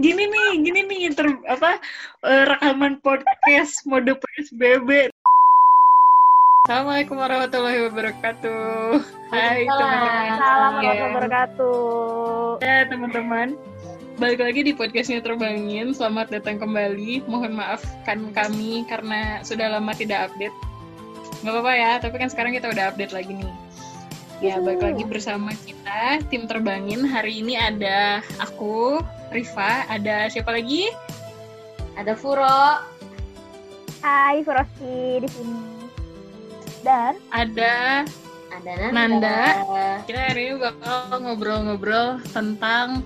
gini nih rekaman podcast mode PSBB. Assalamualaikum warahmatullahi wabarakatuh. Hai teman-teman. Assalamualaikum warahmatullahi wabarakatuh. Ya teman-teman, balik lagi di podcastnya Terbangin. Selamat datang kembali. Mohon maafkan kami karena sudah lama tidak update. Gak apa-apa ya, tapi kan sekarang kita udah update lagi nih. Ya, balik lagi bersama kita, tim Terbangin. Hari ini ada aku, Rifa, ada siapa lagi? Ada Furo. Hai, Furoski di sini. Dan ada Nanda. Kita hari ini bakal ngobrol-ngobrol tentang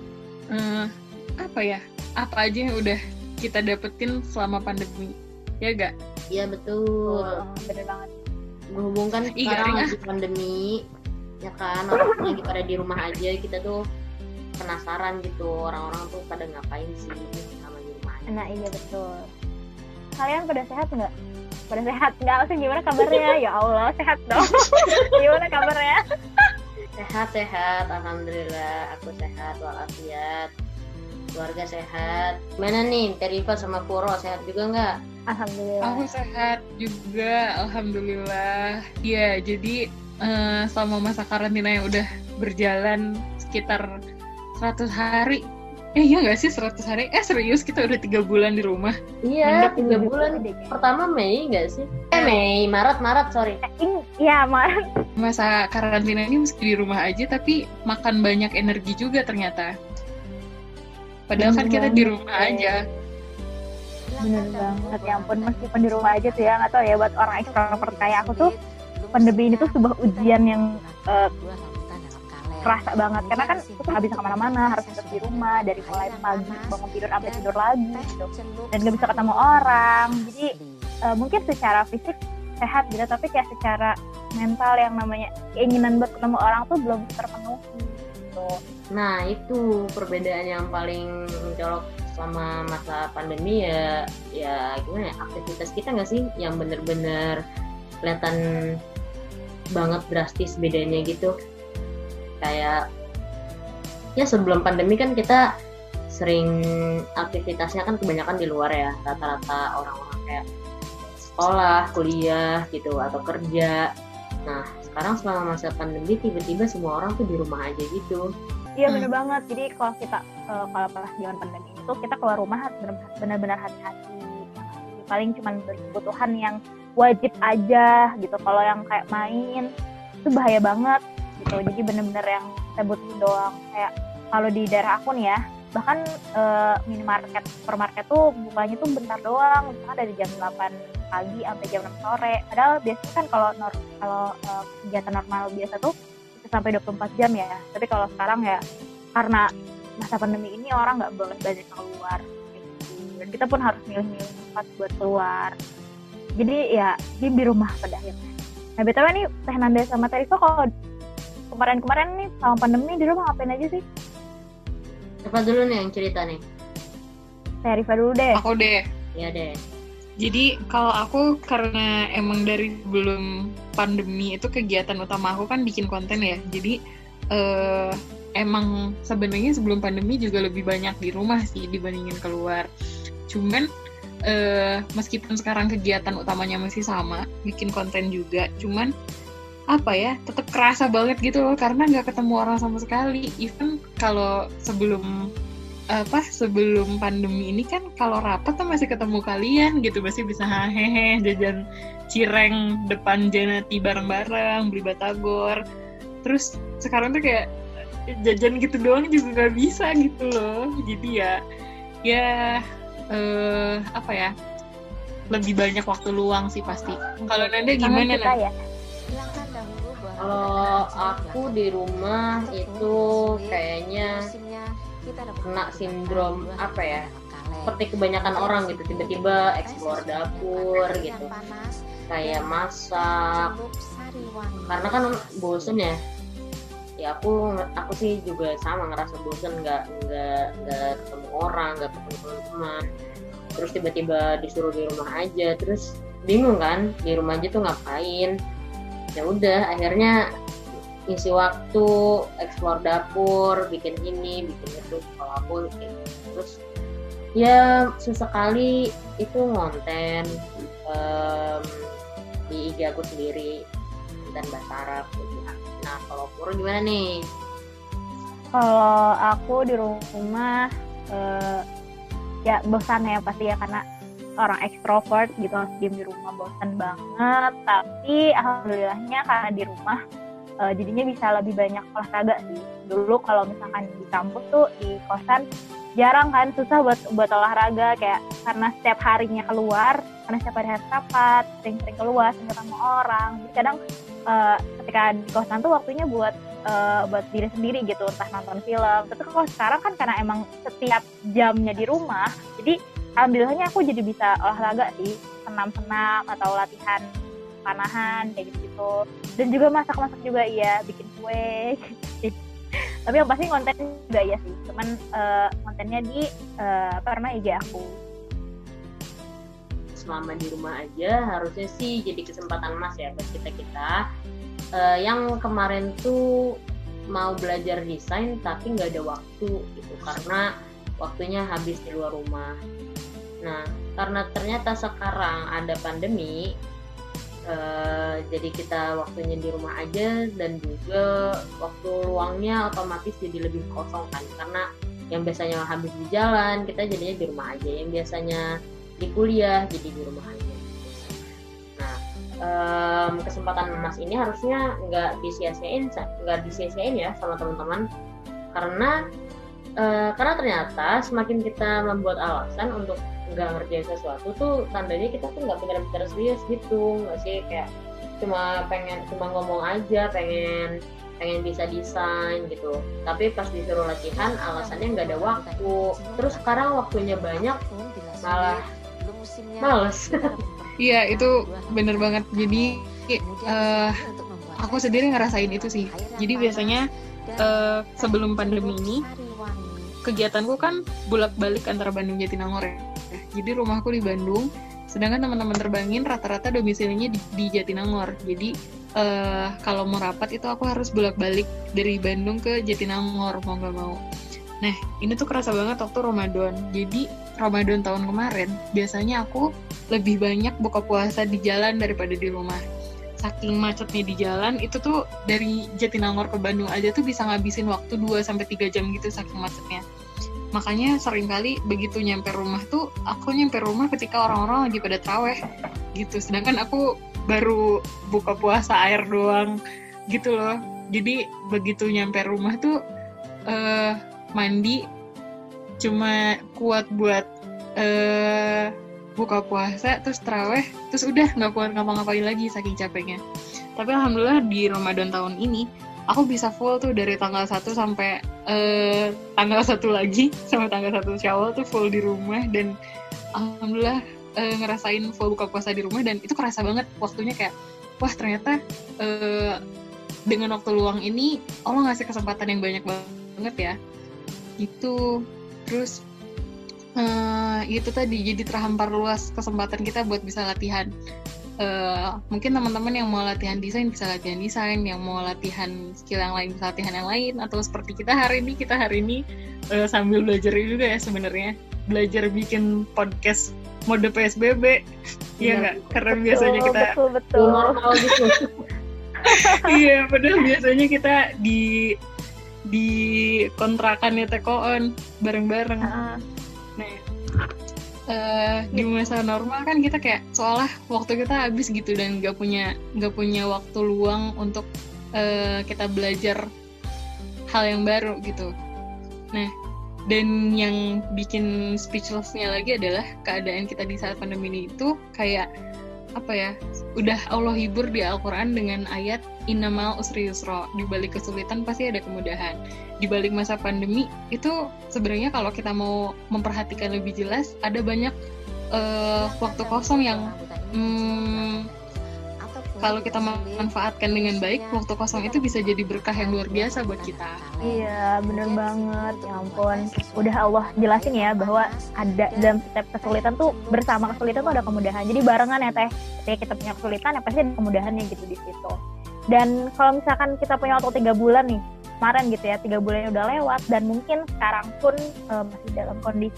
apa aja yang udah kita dapetin selama pandemi. Ya gak? Iya betul. Bener banget. Menghubungkan sekarang lagi pandemi, ya kan, orang lagi pada di rumah aja, kita tuh penasaran gitu orang-orang tuh pada ngapain sih sama di rumah aja. Nah iya betul. Kalian pada sehat nggak? Pada sehat nggak? Maksudnya gimana kabarnya? Ya Allah sehat dong. Gimana kabarnya? Sehat, alhamdulillah. Aku sehat walafiat. Keluarga sehat. Mana nih Terifa sama Puro, sehat juga nggak? Alhamdulillah. Aku sehat juga, alhamdulillah. Iya, jadi selama masa karantina yang udah berjalan sekitar 100 hari. Iya nggak sih 100 hari? Serius kita udah 3 bulan di rumah? Iya, 3 bulan. Pertama Mei nggak sih? Maret, sorry. Iya, Maret. Masa karantina ini meski di rumah aja, tapi makan banyak energi juga ternyata. Padahal kan kita di rumah aja. Bener banget, ya ampun, meskipun di rumah aja tuh ya, nggak tahu ya, buat orang ekstrovert kayak aku tuh, pandemi ini tuh sebuah ujian yang kerasa banget, karena kan aku tuh gak bisa kemana-mana, harus tetap di rumah, dari mulai pagi bangun tidur sampai tidur lagi gitu, dan gak bisa ketemu orang, jadi mungkin secara fisik sehat gitu, tapi kayak secara mental yang namanya keinginan buat ketemu orang tuh belum terpenuhi gitu. Nah itu perbedaan yang paling mencolok selama masa pandemi ya gimana ya, aktivitas kita nggak sih yang bener-bener kelihatan banget drastis bedanya gitu. Kayak ya sebelum pandemi kan kita sering aktivitasnya kan kebanyakan di luar ya, rata-rata orang-orang kayak sekolah, kuliah gitu atau kerja. Nah sekarang selama masa pandemi tiba-tiba semua orang tuh di rumah aja gitu. Iya bener banget, jadi kalau kita kalau pas zaman pandemi itu kita keluar rumah benar-benar hati-hati, paling cuma berkebutuhan yang wajib aja gitu. Kalau yang kayak main itu bahaya banget gitu, jadi benar-benar yang kita butuhin doang. Kayak kalau di daerah aku nih ya, bahkan minimarket, supermarket tuh bukanya tuh bentar doang, misalnya dari jam 8 pagi sampai jam 6 sore. Padahal biasanya kan kalau kegiatan normal biasa tuh sampai 24 jam ya, tapi kalau sekarang ya karena masa pandemi ini orang nggak boleh banyak keluar gitu. Dan kita pun harus milih-milih tempat buat keluar, jadi ya di rumah pada akhirnya. Nah btw nih Teh Nanda sama Teh Rifa, kalau kemarin nih sama pandemi di rumah ngapain aja sih? Siapa dulu nih yang cerita nih? Teh Rifa dulu deh. Aku deh. Iya deh. Jadi kalau aku karena emang dari sebelum pandemi itu kegiatan utama aku kan bikin konten ya. Jadi emang sebenarnya sebelum pandemi juga lebih banyak di rumah sih dibandingin keluar. Cuman meskipun sekarang kegiatan utamanya masih sama, bikin konten juga. Cuman tetap kerasa banget gitu loh karena nggak ketemu orang sama sekali. Even kalau sebelum pandemi ini kan kalau rapat tuh masih ketemu kalian gitu, masih bisa hehehe jajan cireng depan Janati bareng-bareng, beli batagor. Terus sekarang tuh kayak jajan gitu doang juga nggak bisa gitu loh. Jadi lebih banyak waktu luang sih pasti. Kalau Nanda gimana Nanda? Ya? Kalau aku di rumah itu kayaknya kena sindrom seperti kebanyakan orang gitu, tiba-tiba explore dapur gitu, kayak masak karena kan bosen ya aku sih juga sama ngerasa bosen, nggak ketemu orang, nggak ketemu teman-teman, terus tiba-tiba disuruh di rumah aja, terus bingung kan di rumah aja tuh ngapain. Ya udah akhirnya ngisi waktu, explore dapur, bikin ini, bikin itu. Kalau aku terus Ya sesekali itu ngonten di IG aku sendiri dan bahasa Arab gitu. Nah kalau Pur gimana nih? Kalau aku di rumah ya bosan ya pasti ya, karena orang ekstrovert gitu, harus diem di rumah bosan banget. Tapi alhamdulillahnya karena di rumah jadinya bisa lebih banyak olahraga sih. Dulu kalau misalkan di kampus tuh di kosan jarang kan, susah buat olahraga, kayak karena setiap harinya keluar, karena setiap hari harus rapat, sering-sering keluar, sering ketemu orang. Jadi kadang ketika di kosan tuh waktunya buat diri sendiri gitu, entah nonton film. Tapi kalau sekarang kan karena emang setiap jamnya di rumah, jadi alhamdulillahnya aku jadi bisa olahraga sih, senam-senam atau latihan panahan kayak gitu. Dan juga masak-masak juga iya, bikin kue. Tapi yang pasti konten juga iya sih, cuman kontennya di IG aku. Selama di rumah aja harusnya sih jadi kesempatan emas ya buat kita yang kemarin tuh mau belajar desain tapi nggak ada waktu gitu karena waktunya habis di luar rumah. Nah karena ternyata sekarang ada pandemi, jadi kita waktunya di rumah aja, dan juga waktu luangnya otomatis jadi lebih kosong kan, karena yang biasanya habis di jalan kita jadinya di rumah aja, yang biasanya di kuliah jadi di rumah aja. Nah kesempatan emas ini harusnya nggak disia-siain ya sama teman-teman, karena ternyata semakin kita membuat alasan untuk nggak ngerjain sesuatu tuh tandanya kita tuh nggak benar-benar serius gitu, nggak sih, kayak cuma ngomong aja pengen bisa desain gitu, tapi pas disuruh latihan alasannya nggak ada waktu. Terus sekarang waktunya banyak malah males. Iya itu bener banget. Jadi aku sendiri ngerasain itu sih. Jadi biasanya sebelum pandemi ini kegiatanku kan bolak-balik antara Bandung Jatinangor ya. Jadi rumahku di Bandung, sedangkan teman-teman terbangin rata-rata domisilinya di Jatinangor. Jadi kalau mau rapat itu aku harus bolak-balik dari Bandung ke Jatinangor mau nggak mau. Nah ini tuh kerasa banget waktu Ramadan. Jadi Ramadan tahun kemarin biasanya aku lebih banyak buka puasa di jalan daripada di rumah. Saking macetnya di jalan, itu tuh dari Jatinangor ke Bandung aja tuh bisa ngabisin waktu 2-3 jam gitu saking macetnya. Makanya seringkali begitu nyampe rumah tuh, aku nyampe rumah ketika orang-orang lagi pada traweh gitu. Sedangkan aku baru buka puasa air doang gitu loh. Jadi begitu nyampe rumah tuh mandi cuma kuat buat buka puasa, terus traweh, terus udah nggak kuat ngapa-ngapain lagi saking capeknya. Tapi alhamdulillah di Ramadan tahun ini aku bisa full tuh dari tanggal 1 sampai tanggal 1 lagi sampai tanggal 1 Syawal tuh full di rumah, dan alhamdulillah ngerasain full buka puasa di rumah, dan itu kerasa banget waktunya kayak wah ternyata dengan waktu luang ini Allah ngasih kesempatan yang banyak banget ya gitu. Terus itu tadi jadi terhampar luas kesempatan kita buat bisa latihan. Mungkin teman-teman yang mau latihan desain bisa latihan desain, yang mau latihan skill yang lain bisa latihan yang lain, atau seperti kita hari ini sambil belajar juga ya sebenarnya, belajar bikin podcast mode PSBB. Iya nggak? Karena biasanya kita betul. Normal gitu. Iya, padahal biasanya kita di kontrakannya tekoon bareng-bareng. Nah, di masa normal kan kita kayak seolah waktu kita habis gitu, dan nggak punya waktu luang untuk kita belajar hal yang baru gitu. Nah, dan yang bikin speechless-nya lagi adalah keadaan kita di saat pandemi ini itu kayak apa ya, udah Allah hibur di Al-Quran dengan ayat innamal usri yusra, di balik kesulitan pasti ada kemudahan. Di balik masa pandemi itu sebenarnya kalau kita mau memperhatikan lebih jelas, ada banyak waktu kosong yang kalau kita manfaatkan dengan baik, waktu kosong itu bisa jadi berkah yang luar biasa buat kita. Iya, bener banget. Ya ampun, udah Allah jelasin ya bahwa ada dalam setiap kesulitan tuh, bersama kesulitan tuh ada kemudahan. Jadi barengan ya teh, ketika kita punya kesulitan ya pasti ada kemudahannya gitu di situ. Dan kalau misalkan kita punya waktu 3 bulan nih, kemarin gitu ya, 3 bulannya udah lewat, dan mungkin sekarang pun masih dalam kondisi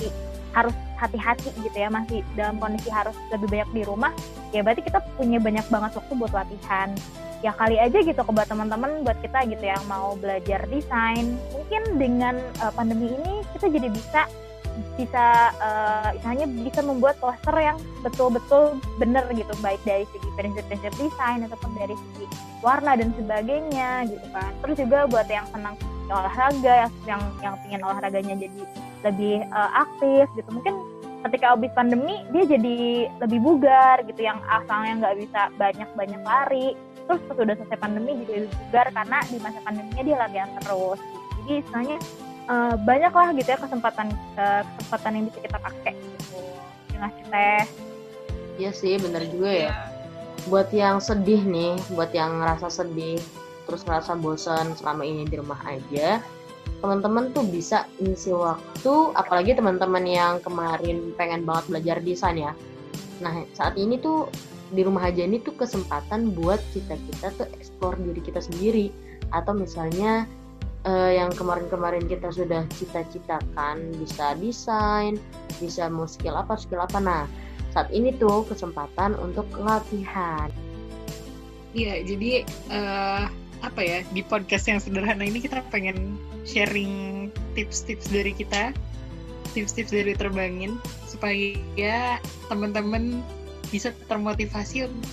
harus hati-hati gitu ya, masih dalam kondisi harus lebih banyak di rumah, ya berarti kita punya banyak banget waktu buat latihan. Ya kali aja gitu buat teman-teman, buat kita gitu yang mau belajar desain, mungkin dengan pandemi ini kita jadi bisa misalnya bisa membuat poster yang betul-betul bener gitu, baik dari segi prinsip-prinsip desain ataupun dari segi warna dan sebagainya gitu kan. Terus juga buat yang senang olahraga, yang pengen olahraganya jadi lebih aktif gitu, mungkin ketika habis pandemi dia jadi lebih bugar gitu, yang asalnya nggak bisa banyak lari, terus pas udah selesai pandemi jadi lebih bugar karena di masa pandeminya dia latihan terus gitu. Jadi istilahnya banyak lah gitu ya kesempatan yang bisa kita pakai gitu dengan teh. Iya sih, bener juga ya. Buat yang sedih nih, buat yang ngerasa sedih terus ngerasa bosan selama ini di rumah aja, teman-teman tuh bisa ngisi waktu, apalagi teman-teman yang kemarin pengen banget belajar desain ya. Nah, saat ini tuh di rumah aja ini tuh kesempatan buat kita tuh explore diri kita sendiri, atau misalnya yang kemarin-kemarin kita sudah cita-citakan, bisa desain, bisa mau skill apa. Nah, saat ini tuh kesempatan untuk latihan. Iya, jadi di podcast yang sederhana ini kita pengen sharing tips-tips dari kita, tips-tips dari Terbangin, supaya teman-teman bisa termotivasi untuk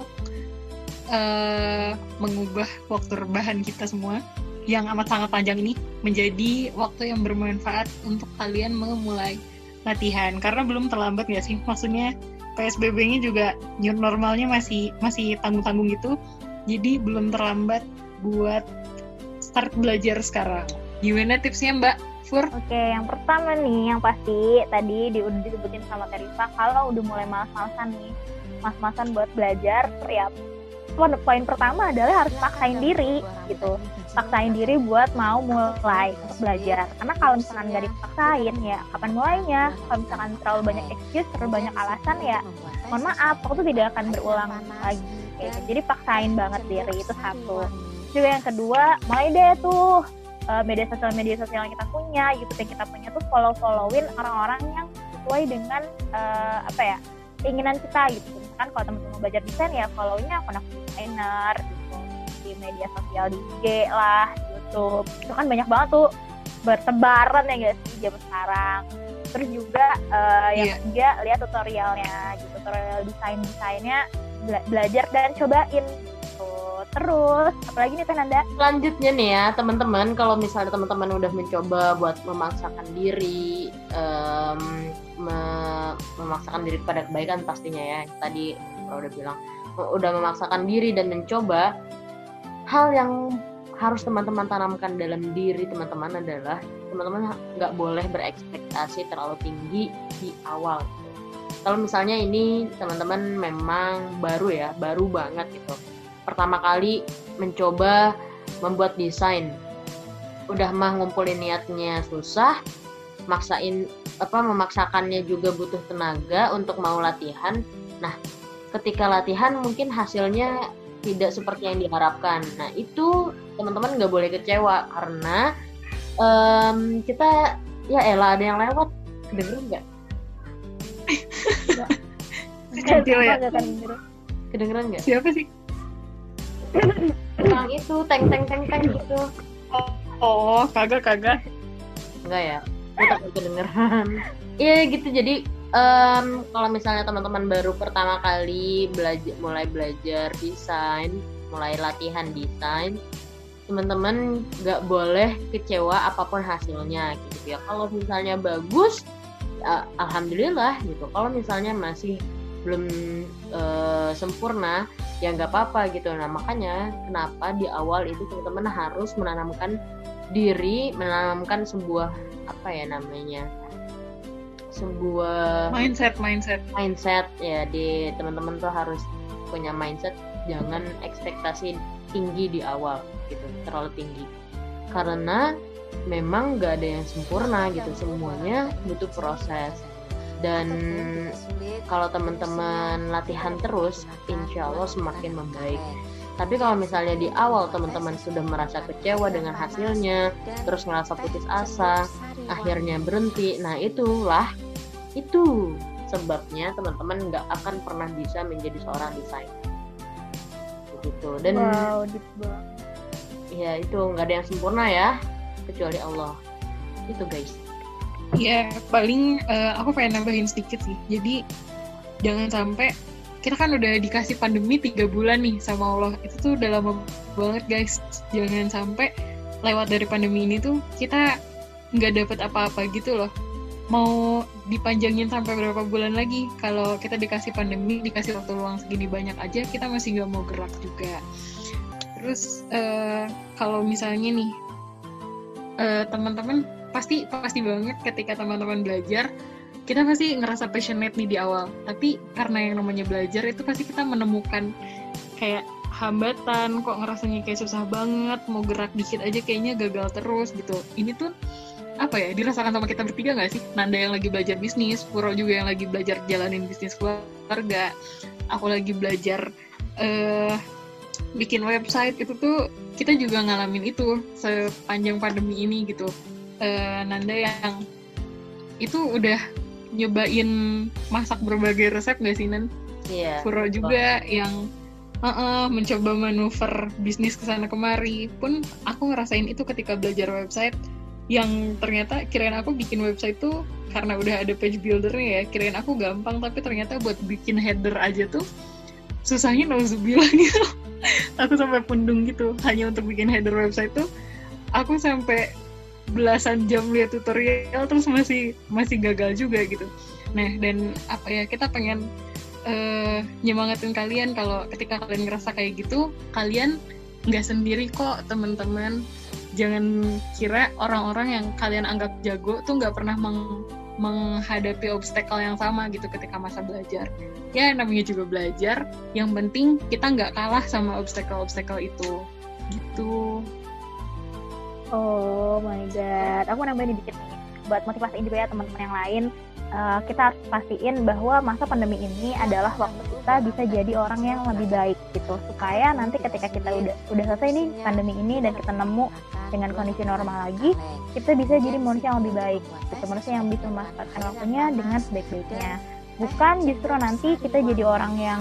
mengubah waktu rebahan kita semua yang amat sangat panjang ini menjadi waktu yang bermanfaat untuk kalian memulai latihan. Karena belum terlambat nggak sih? Maksudnya PSBB-nya juga new normalnya masih tanggung-tanggung gitu. Jadi belum terlambat buat start belajar sekarang. Gimana tipsnya Mbak Fur? Oke, yang pertama nih, yang pasti tadi udah disebutin sama Teresa, kalau udah mulai malas-malasan nih, mas-masan buat belajar, ya poin pertama adalah harus paksain diri gitu. Paksain diri buat mau mulai untuk belajar. Karena kalau misalkan nggak dipaksain, ya kapan mulainya? Kalau misalkan terlalu banyak excuse, terlalu banyak alasan, ya mohon maaf, aku tuh tidak akan berulang lagi. Jadi paksain banget diri, itu satu. Juga yang kedua, mulai deh tuh media sosial yang kita punya, YouTube yang kita punya tuh followin orang-orang yang sesuai dengan keinginan kita gitu. Misalkan kalau teman-teman mau belajar desain, ya follownya akun-akun desainer gitu, di media sosial, di IG lah, di YouTube. Itu kan banyak banget tuh bertebaran ya guys di zaman sekarang. Terus juga yang ketiga, lihat tutorialnya gitu, tutorial desainnya, belajar dan cobain gitu. Terus apalagi nih Teh Nanda? Selanjutnya nih ya teman-teman, kalau misalnya teman-teman udah mencoba buat memaksakan diri memaksakan diri kepada kebaikan pastinya ya, tadi udah bilang udah memaksakan diri dan mencoba, hal yang harus teman-teman tanamkan dalam diri teman-teman adalah teman-teman nggak boleh berekspektasi terlalu tinggi di awal. Kalau misalnya ini teman-teman memang baru banget gitu, pertama kali mencoba membuat desain, udah mah ngumpulin niatnya susah, memaksakannya juga butuh tenaga untuk mau latihan. Nah, ketika latihan mungkin hasilnya tidak seperti yang diharapkan. Nah, itu teman-teman nggak boleh kecewa, karena kita ya elah ada yang lewat. Kedengeran nggak? Kecil ya? Kedengeran nggak? Siapa sih? Yang itu teng gitu. Oh, kagak. Enggak ya? Gue takut kedengeran. Iya gitu, jadi kalau misalnya teman-teman baru pertama kali mulai belajar desain, mulai latihan desain, teman-teman nggak boleh kecewa apapun hasilnya gitu ya. Kalau misalnya bagus, alhamdulillah gitu. Kalau misalnya masih belum sempurna, ya nggak apa-apa gitu. Nah, makanya kenapa di awal itu teman-teman harus menanamkan sebuah sebuah mindset ya, di teman-teman tuh harus punya mindset, jangan ekspektasi tinggi di awal gitu, terlalu tinggi, karena memang gak ada yang sempurna gitu, semuanya butuh proses. Dan kalau teman-teman latihan terus, insya Allah semakin membaik. Tapi kalau misalnya di awal teman-teman sudah merasa kecewa dengan hasilnya, terus ngerasa putus asa, akhirnya berhenti, nah itulah Itu sebabnya teman-teman nggak akan pernah bisa menjadi seorang desainer begitu. Dan Wow, deep banget. ya itu nggak ada yang sempurna ya kecuali Allah. Itu guys. Ya paling aku pengen nambahin sedikit sih. Jadi jangan sampai, kita kan udah dikasih pandemi 3 bulan nih sama Allah. Itu tuh udah lama banget guys. Jangan sampai lewat dari pandemi ini tuh kita nggak dapet apa-apa gitu loh. Mau dipanjangin sampai berapa bulan lagi, kalau kita dikasih pandemi, dikasih waktu luang segini banyak aja, kita masih nggak mau gerak juga. Terus kalau misalnya nih teman-teman pasti banget ketika teman-teman belajar, kita pasti ngerasa passionate nih di awal. Tapi karena yang namanya belajar itu pasti kita menemukan kayak hambatan, kok ngerasanya kayak susah banget, mau gerak dikit aja kayaknya gagal terus gitu. Ini tuh apa ya, dirasakan sama kita bertiga nggak sih? Nanda yang lagi belajar bisnis, Puro juga yang lagi belajar jalanin bisnis keluarga, aku lagi belajar bikin website. Itu tuh kita juga ngalamin itu sepanjang pandemi ini gitu. Nanda yang itu udah nyobain masak berbagai resep nggak sih, Nan? Iya. Puro juga yang mencoba manuver bisnis kesana kemari. Pun aku ngerasain itu ketika belajar website, yang ternyata kirain aku bikin website tuh karena udah ada page buildernya ya, kirain aku gampang, tapi ternyata buat bikin header aja tuh susahnya nauzubillah gitu. Aku sampai pundung gitu hanya untuk bikin header website tuh. Aku sampai belasan jam lihat tutorial terus masih gagal juga gitu. Nah, dan apa ya, kita pengen nyemangatin kalian kalau ketika kalian ngerasa kayak gitu, kalian nggak sendiri kok teman-teman. Jangan kira orang-orang yang kalian anggap jago tuh nggak pernah menghadapi obstacle yang sama gitu ketika masa belajar. Ya namanya juga belajar, yang penting kita nggak kalah sama obstacle itu gitu. Oh my god, aku nambahin dikit nih buat motivasiin juga ya teman-teman yang lain. Kita harus pastiin bahwa masa pandemi ini adalah waktu kita bisa jadi orang yang lebih baik gitu, supaya nanti ketika kita udah selesai nih pandemi ini dan kita nemu dengan kondisi normal lagi, kita bisa jadi manusia yang lebih baik gitu, manusia yang bisa memanfaatkan waktunya dengan sebaik-baiknya. Bukan justru nanti kita jadi orang yang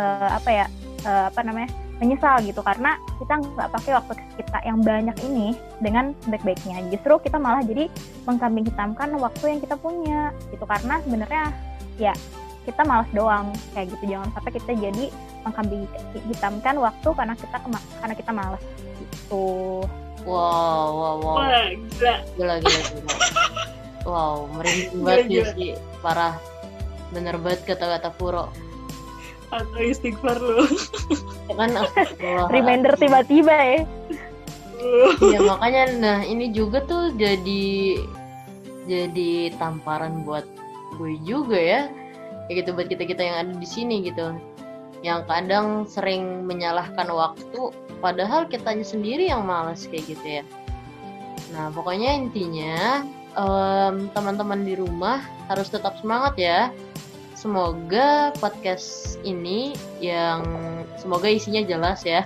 menyesal gitu karena kita nggak pakai waktu kita yang banyak ini dengan baik-baiknya. Justru kita malah jadi mengkambing hitamkan waktu yang kita punya gitu, karena sebenarnya ya kita malas doang kayak gitu. Jangan sampai kita jadi mengkambing hitamkan waktu karena kita malas gitu. Wow. Wah, Gila. Wow, merinding banget sih, parah. Bener banget kata-kata Puro. Atau istighfar lu. Kan Reminder tiba-tiba ya. Iya, makanya nah ini juga tuh jadi tamparan buat gue juga ya. Kayak gitu buat kita yang ada di sini gitu. Yang kadang sering menyalahkan waktu padahal kitanya sendiri yang malas kayak gitu ya. Nah, pokoknya intinya teman-teman di rumah harus tetap semangat ya. Semoga podcast ini semoga isinya jelas ya.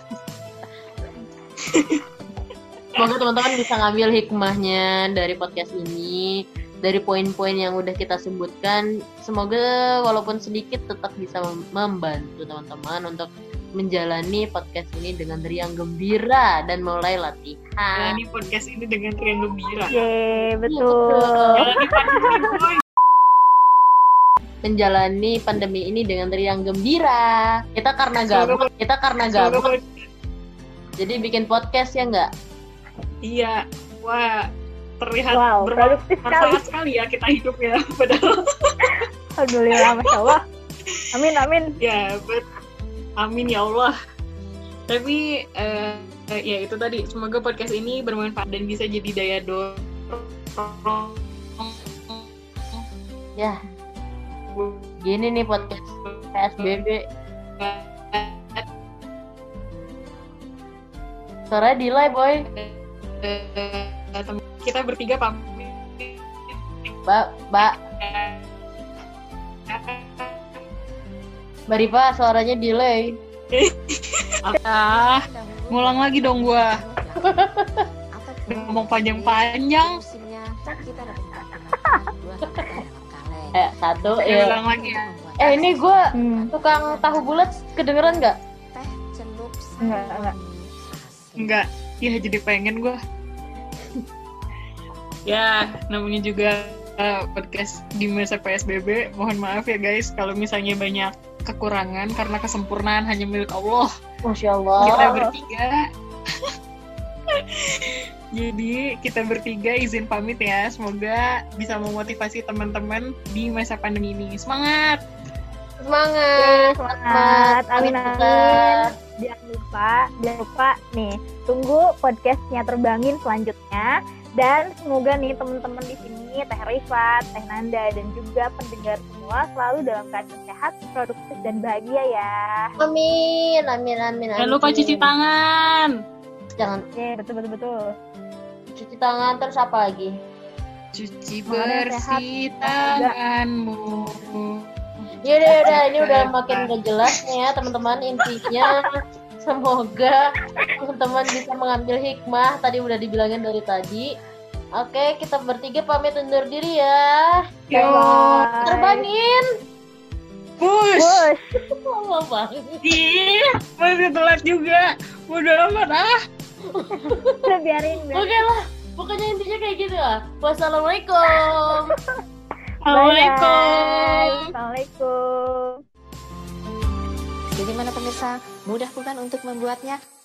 Semoga teman-teman bisa ngambil hikmahnya dari podcast ini, dari poin-poin yang udah kita sebutkan. Semoga walaupun sedikit tetap bisa membantu teman-teman untuk menjalani podcast ini dengan riang gembira dan mulai latihan. Menjalani podcast ini dengan riang gembira. Yeay, betul. Menjalani pandemi ini dengan riang gembira. Kita karena gabut. Jadi bikin podcast ya nggak? Iya. Wah, terlihat produktif sekali ya kita hidupnya. Padahal. Alhamdulillah, Masya Allah. Amin. Ya, amin ya Allah. Tapi ya itu tadi, semoga podcast ini bermanfaat dan bisa jadi daya dorong. Ya. Gini nih podcast PSBB. Suara delay boy. Kita bertiga pamit. Mbak Rifa, suaranya delay. Ngulang lagi dong gua. Ngomong panjang-panjang. Satu Saya ya. ulang lagi ya. Ini gue tukang tahu bulat kedengeran nggak? Enggak. Ya jadi pengen gue. Ya, namanya juga podcast di masa PSBB. Mohon maaf ya guys kalau misalnya banyak kekurangan karena kesempurnaan hanya milik Allah. Masya Allah. Kita bertiga. Jadi kita bertiga izin pamit ya. Semoga bisa memotivasi teman-teman di masa pandemi ini. Semangat! Semangat. Amin. Jangan lupa nih, tunggu podcastnya Terbangin selanjutnya. Dan semoga nih teman-teman di sini, Teh Rifat, Teh Nanda, dan juga pendengar semua selalu dalam keadaan sehat, produktif, dan bahagia ya. Amin. Jangan lupa cuci tangan. Jangan Betul. cuci tangan, terus apa lagi? Cuci Semoga bersih sehat. tanganmu. Yaudah, ini udah makin gak jelas nih ya teman-teman. Intinya semoga teman-teman bisa mengambil hikmah. Tadi udah dibilangin dari tadi. Oke, kita bertiga pamit undur diri ya. Yo, Terbangin. push. Lama banget. Ih, masih telat juga. Udah amat Udah biarin. Oke lah, pokoknya intinya kayak gitu lah. Wassalamualaikum. Assalamualaikum. Assalamualaikum. Bagaimana pemirsa? Mudah bukan untuk membuatnya?